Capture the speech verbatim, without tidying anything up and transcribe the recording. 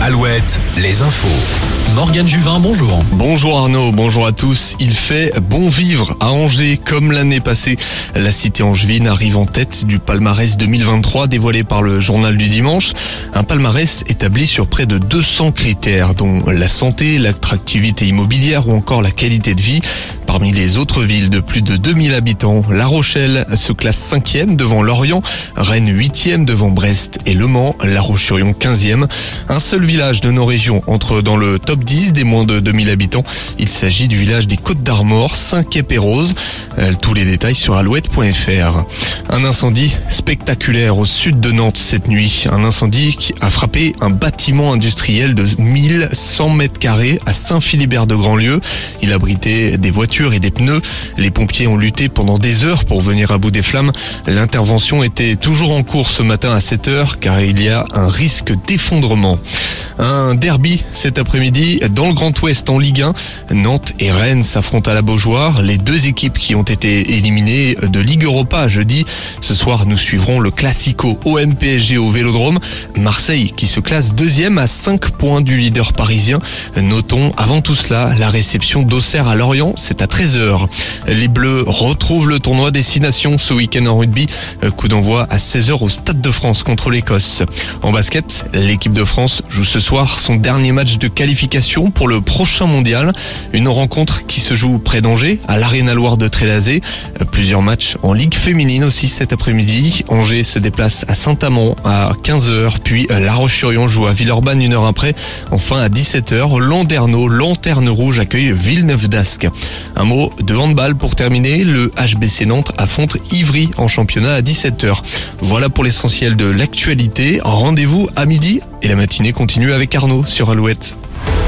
Alouette, les infos. Morgane Juvin, bonjour. Bonjour Arnaud, bonjour à tous. Il fait bon vivre à Angers comme l'année passée. La cité angevine arrive en tête du palmarès deux mille vingt-trois dévoilé par le journal du dimanche. Un palmarès établi sur près de deux cents critères, dont la santé, l'attractivité immobilière ou encore la qualité de vie. Parmi les autres villes de plus de deux mille habitants, La Rochelle se classe cinquième devant Lorient, Rennes huitième devant Brest et Le Mans, La Roche-sur-Yon quinzième. Un seul village de nos régions entre dans le top dix des moins de deux mille habitants. Il s'agit du village des Côtes d'Armor, Saint-Quay-Pérouse. Tous les détails sur alouette point f r. Un incendie spectaculaire au sud de Nantes cette nuit. Un incendie qui a frappé un bâtiment industriel de mille cent mètres carrés à Saint-Philibert-de-Grandlieu. Il abritait des voitures et des pneus. Les pompiers ont lutté pendant des heures pour venir à bout des flammes. L'intervention était toujours en cours ce matin à sept heures car il y a un risque d'effondrement. Un derby cet après-midi dans le Grand Ouest en Ligue un. Nantes et Rennes s'affrontent à la Beaujoire. Les deux équipes qui ont été éliminées de Ligue Europa jeudi. Ce soir, nous suivrons le Classico O M P S G au Vélodrome. Marseille qui se classe deuxième à cinq points du leader parisien. Notons avant tout cela la réception d'Auxerre à Lorient. C'est à treize heures. Les Bleus retrouvent le tournoi Destination ce week-end en rugby. Coup d'envoi à seize heures au Stade de France contre l'Écosse. En basket, l'équipe de France joue ce soir son dernier match de qualification pour le prochain mondial. Une rencontre qui se joue près d'Angers, à l'Arena Loire de Trélazé. Plusieurs matchs en Ligue féminine aussi cet après-midi. Angers se déplace à Saint-Amand à quinze heures, puis La Roche-sur-Yon joue à Villeurbanne une heure après. Enfin à dix-sept heures, Landerneau, Lanterne Rouge accueille Villeneuve d'Ascq. Un mot de handball pour terminer. Le H B C Nantes affronte Ivry en championnat à dix-sept heures. Voilà pour l'essentiel de l'actualité. Rendez-vous à midi et la matinée continue avec Arnaud sur Alouette.